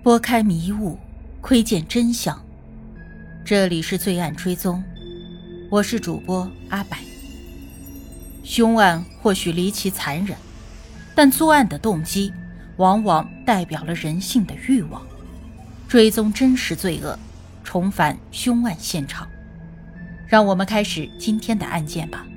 拨开迷雾，窥见真相。这里是罪案追踪，我是主播阿柏。凶案或许离奇残忍，但作案的动机往往代表了人性的欲望。追踪真实罪恶，重返凶案现场。让我们开始今天的案件吧。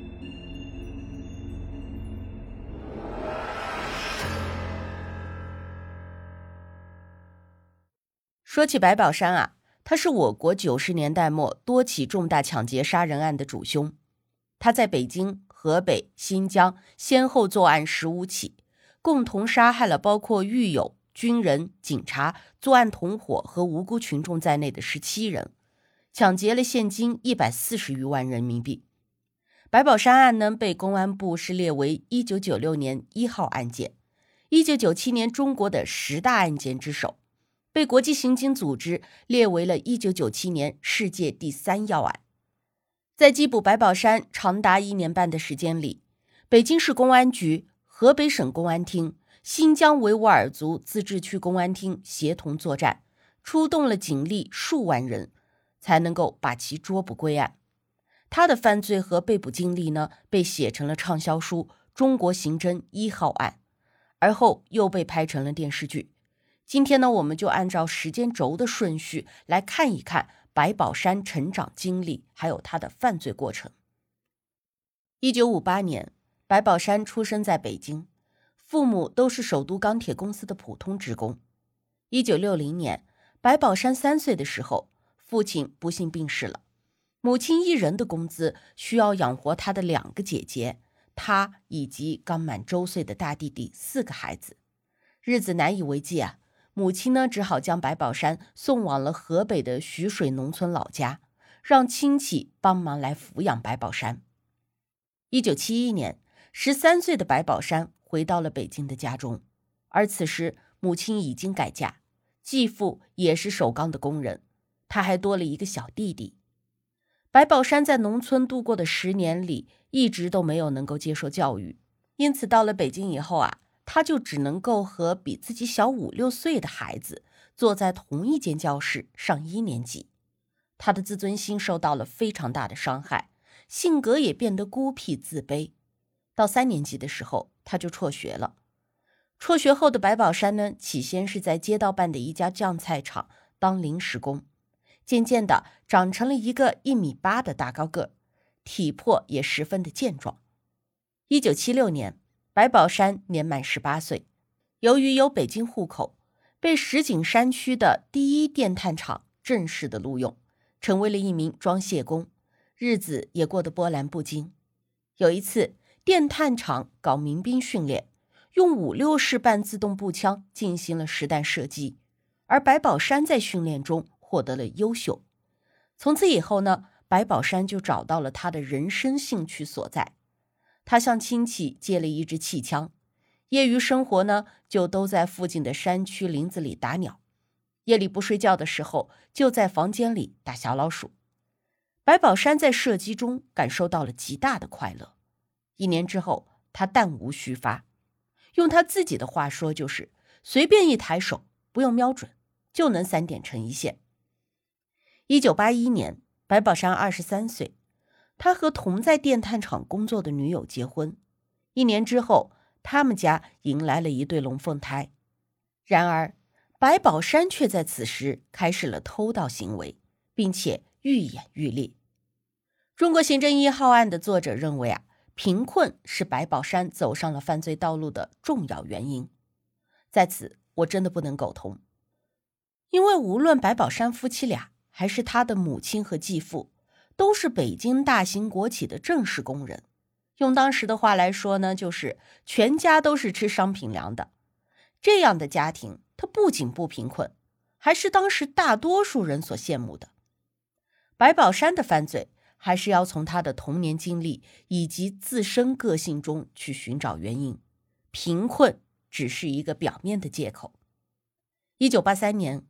说起白宝山啊，他是我国90年代末多起重大抢劫杀人案的主凶。他在北京、河北、新疆先后作案15起，共同杀害了包括狱友、军人、警察、作案同伙和无辜群众在内的17人，抢劫了现金140余万人民币。白宝山案呢，被公安部是列为1996年1号案件，1997年中国的10大案件之首，被国际刑警组织列为了1997年世界第3要案。在缉捕白宝山长达1年半的时间里，北京市公安局、河北省公安厅、新疆维吾尔族自治区公安厅协同作战，出动了警力数万人，才能够把其捉捕归案。他的犯罪和被捕经历呢，被写成了畅销书《中国刑侦1号案》，而后又被拍成了电视剧。今天呢，我们就按照时间轴的顺序来看一看白宝山成长经历，还有他的犯罪过程。1958年，白宝山出生在北京，父母都是首都钢铁公司的普通职工。1960年，白宝山3岁的时候，父亲不幸病逝了，母亲一人的工资需要养活他的2个姐姐，他以及刚满周岁的大弟弟4个孩子，日子难以为继啊。母亲呢，只好将白宝山送往了河北的徐水农村老家，让亲戚帮忙来抚养白宝山。1971年，13岁的白宝山回到了北京的家中，而此时母亲已经改嫁，继父也是首钢的工人，他还多了一个小弟弟。白宝山在农村度过的10年里，一直都没有能够接受教育，因此到了北京以后啊，他就只能够和比自己小5、6岁的孩子坐在同一间教室上1年级。他的自尊心受到了非常大的伤害，性格也变得孤僻自卑。到3年级的时候，他就辍学了。辍学后的白宝山呢，起先是在街道办的一家酱菜厂当临时工，渐渐的长成了一个1.8米的大高个，体魄也十分的健壮。1976年，白宝山年满18岁，由于有北京户口，被石景山区的第1电炭厂正式的录用，成为了一名装卸工，日子也过得波澜不惊。有一次，电炭厂搞民兵训练，用56式半自动步枪进行了实弹射击，而白宝山在训练中获得了优秀。从此以后呢，白宝山就找到了他的人生兴趣所在。他向亲戚借了一支气枪，业余生活呢，就都在附近的山区林子里打鸟，夜里不睡觉的时候，就在房间里打小老鼠。白宝山在射击中感受到了极大的快乐。1年之后，他弹无虚发，用他自己的话说就是随便一抬手，不用瞄准，就能3点成一线。1981年，白宝山23岁，他和同在电炭厂工作的女友结婚。1年之后，他们家迎来了一对龙凤胎。然而，白宝山却在此时开始了偷盗行为，并且愈演愈烈。中国刑侦1号案的作者认为啊，贫困是白宝山走上了犯罪道路的重要原因。在此，我真的不能苟同，因为无论白宝山夫妻俩，还是他的母亲和继父，都是北京大型国企的正式工人。用当时的话来说呢，就是全家都是吃商品粮的。这样的家庭，他不仅不贫困，还是当时大多数人所羡慕的。白宝山的犯罪还是要从他的童年经历以及自身个性中去寻找原因，贫困只是一个表面的借口。1983年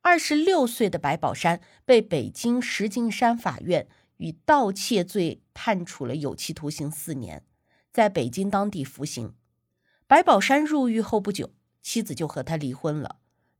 ，26岁的白宝山被北京石景山法院以盗窃罪判处了有期徒刑4年，在北京当地服刑。白宝山入狱后不久，妻子就和他离婚了，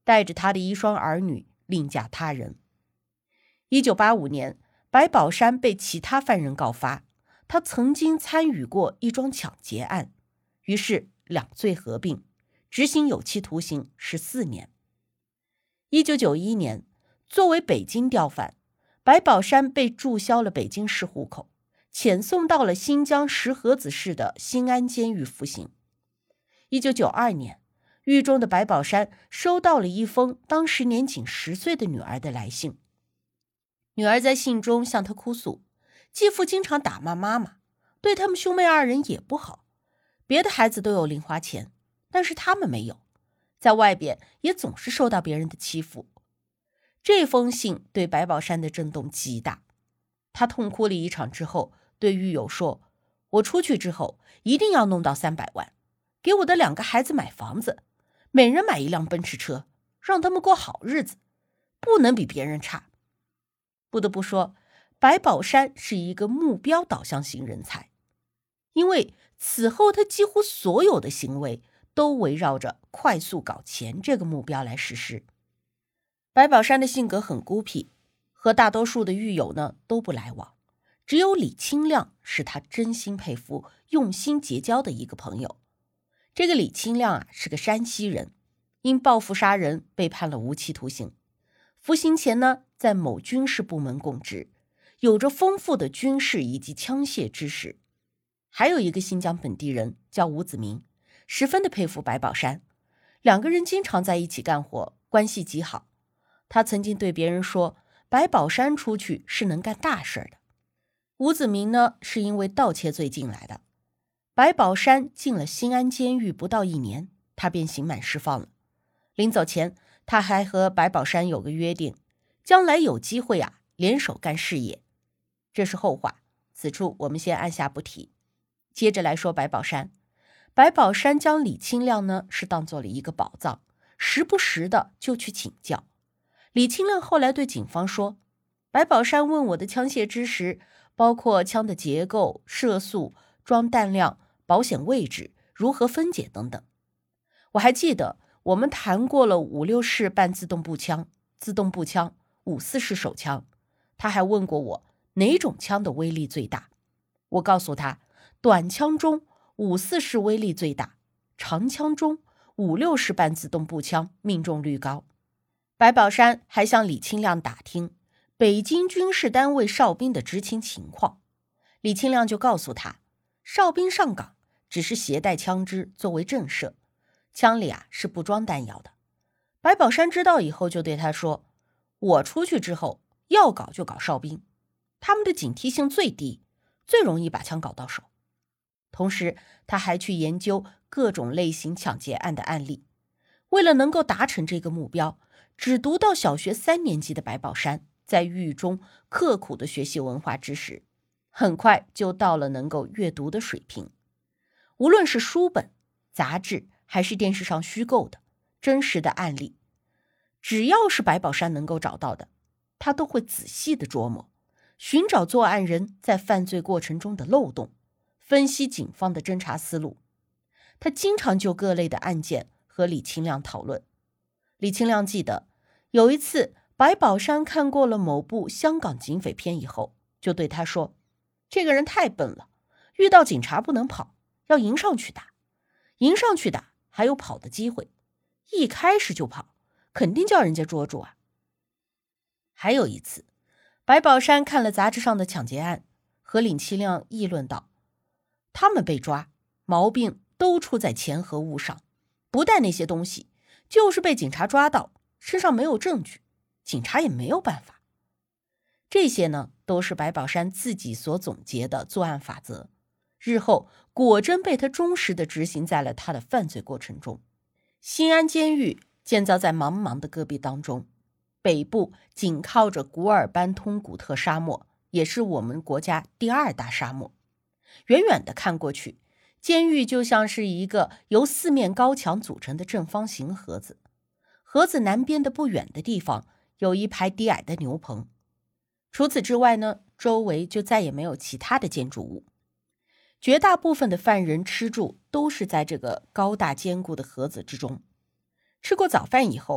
带着他的一双儿女另嫁他人。1985年，白宝山被其他犯人告发，他曾经参与过一桩抢劫案，于是两罪合并，执行有期徒刑14年。1991年，作为北京调犯，白宝山被注销了北京市户口，遣送到了新疆石河子市的新安监狱服刑。1992年，狱中的白宝山收到了一封当时年仅10岁的女儿的来信。女儿在信中向他哭诉，继父经常打骂妈妈，对他们兄妹二人也不好，别的孩子都有零花钱，但是他们没有，在外边也总是受到别人的欺负。这封信对白宝山的震动极大，他痛哭了一场之后，对狱友说，我出去之后一定要弄到300万，给我的2个孩子买房子，每人买一辆奔驰车，让他们过好日子，不能比别人差。不得不说，白宝山是一个目标导向型人才，因为此后他几乎所有的行为都围绕着快速搞钱这个目标来实施。白宝山的性格很孤僻，和大多数的狱友呢都不来往，只有李清亮是他真心佩服、用心结交的一个朋友。这个李清亮是个山西人，因报复杀人被判了无期徒刑。服刑前呢，在某军事部门供职，有着丰富的军事以及枪械知识。还有一个新疆本地人叫吴子明，十分的佩服白宝山，两个人经常在一起干活，关系极好。他曾经对别人说，白宝山出去是能干大事的。吴子明呢，是因为盗窃罪进来的。白宝山进了新安监狱不到1年，他便刑满释放了。临走前，他还和白宝山有个约定，将来有机会联手干事业。这是后话，此处我们先按下不提。接着来说白宝山。白宝山将李清亮呢是当做了一个宝藏，时不时的就去请教。李清亮后来对警方说，白宝山问我的枪械知识，包括枪的结构、射速、装弹量、保险位置、如何分解等等。我还记得我们谈过了56式半自动步枪、自动步枪、54式手枪，他还问过我哪种枪的威力最大。我告诉他，短枪中54式威力最大，长枪中56式半自动步枪命中率高。白宝山还向李清亮打听北京军事单位哨兵的执勤情况，李清亮就告诉他，哨兵上岗只是携带枪支作为震慑，枪里是不装弹药的。白宝山知道以后就对他说，我出去之后要搞就搞哨兵，他们的警惕性最低，最容易把枪搞到手。同时他还去研究各种类型抢劫案的案例。为了能够达成这个目标，只读到小学3年级的白宝山在狱中刻苦的学习文化知识，很快就到了能够阅读的水平。无论是书本、杂志还是电视上虚构的真实的案例，只要是白宝山能够找到的，他都会仔细的琢磨，寻找作案人在犯罪过程中的漏洞，分析警方的侦查思路。他经常就各类的案件和李清亮讨论。李清亮记得有一次白宝山看过了某部香港警匪片以后，就对他说，这个人太笨了，遇到警察不能跑，要迎上去打，迎上去打还有跑的机会，一开始就跑，肯定叫人家捉住啊。还有一次，白宝山看了杂志上的抢劫案，和李清亮议论道，他们被抓，毛病都出在钱和物上，不带那些东西，就是被警察抓到，身上没有证据，警察也没有办法。这些呢，都是白宝山自己所总结的作案法则，日后果真被他忠实地执行在了他的犯罪过程中。新安监狱建造在茫茫的戈壁当中，北部紧靠着古尔班通古特沙漠，也是我们国家第2大沙漠。远远地看过去，监狱就像是一个由4面高墙组成的正方形盒子，盒子南边的不远的地方有一排低矮的牛棚。除此之外呢，周围就再也没有其他的建筑物。绝大部分的犯人吃住都是在这个高大坚固的盒子之中。吃过早饭以后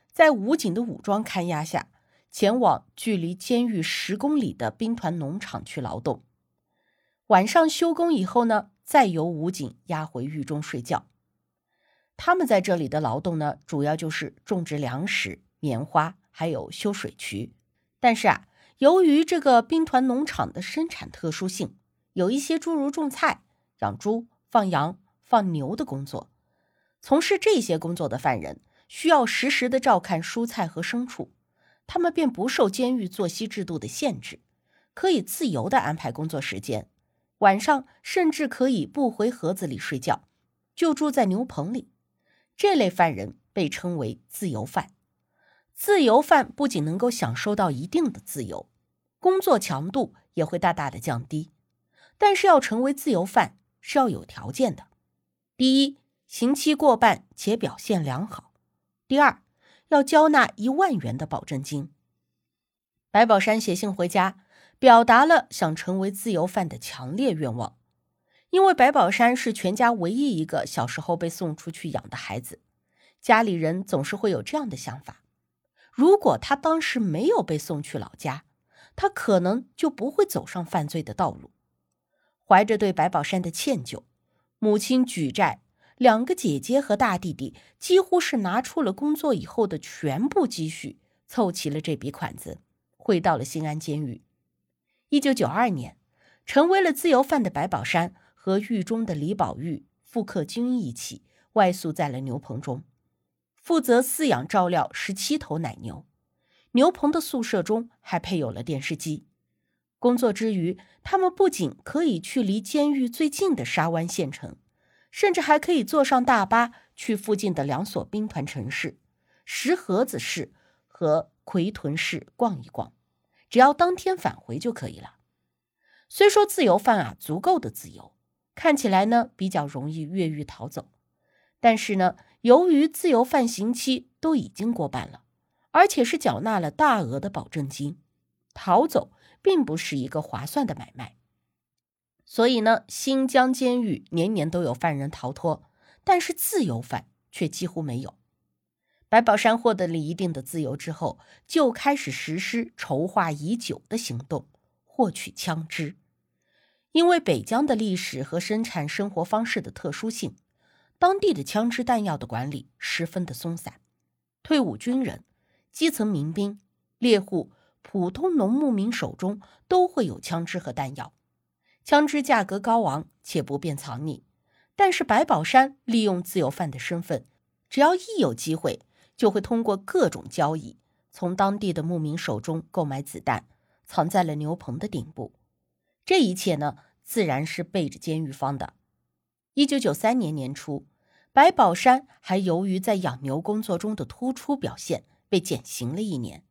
在武警的武装看押下，前往距离监狱10公里的兵团农场去劳动。晚上休工以后呢，再由武警押回狱中睡觉。他们在这里的劳动呢，主要就是种植粮食、棉花，还有修水渠。但是由于这个兵团农场的生产特殊性，有一些诸如种菜、养猪、放羊、放牛的工作。从事这些工作的犯人需要实时的照看蔬菜和牲畜，他们便不受监狱作息制度的限制，可以自由地安排工作时间，晚上甚至可以不回盒子里睡觉，就住在牛棚里。这类犯人被称为自由犯。自由犯不仅能够享受到一定的自由，工作强度也会大大的降低。但是要成为自由犯是要有条件的。第一，刑期过半且表现良好。第二，要交纳1万元的保证金。白宝山写信回家，表达了想成为自由犯的强烈愿望。因为白宝山是全家唯一一个小时候被送出去养的孩子，家里人总是会有这样的想法：如果他当时没有被送去老家，他可能就不会走上犯罪的道路。怀着对白宝山的歉疚，母亲举债，2个姐姐和大弟弟几乎是拿出了工作以后的全部积蓄，凑齐了这笔款子，汇到了新安监狱。1992年，成为了自由犯的白宝山和狱中的李宝玉、傅克军一起外宿在了牛棚中，负责饲养照料17头奶牛。牛棚的宿舍中还配有了电视机。工作之余，他们不仅可以去离监狱最近的沙湾县城，甚至还可以坐上大巴去附近的2所兵团城市石河子市和奎屯市逛一逛，只要当天返回就可以了。虽说自由犯足够的自由，看起来呢比较容易越狱逃走，但是呢，由于自由犯刑期都已经过半了，而且是缴纳了大额的保证金，逃走并不是一个划算的买卖。所以呢，新疆监狱年年都有犯人逃脱，但是自由犯却几乎没有。白宝山获得了一定的自由之后，就开始实施筹划已久的行动，获取枪支。因为北疆的历史和生产生活方式的特殊性，当地的枪支弹药的管理十分的松散。退伍军人、基层民兵、猎户、普通农牧民手中都会有枪支和弹药。枪支价格高昂且不便藏匿，但是白宝山利用自由犯的身份，只要一有机会，就会通过各种交易，从当地的牧民手中购买子弹，藏在了牛棚的顶部。这一切呢，自然是背着监狱方的。1993年年初，白宝山还由于在养牛工作中的突出表现，被减刑了1年。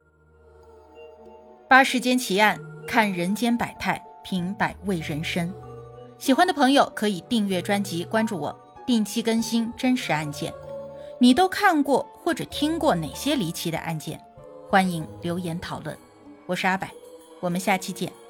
八世间奇案，看人间百态，品百味人生。喜欢的朋友可以订阅专辑，关注我，定期更新真实案件。你都看过或者听过哪些离奇的案件？欢迎留言讨论。我是阿柏，我们下期见。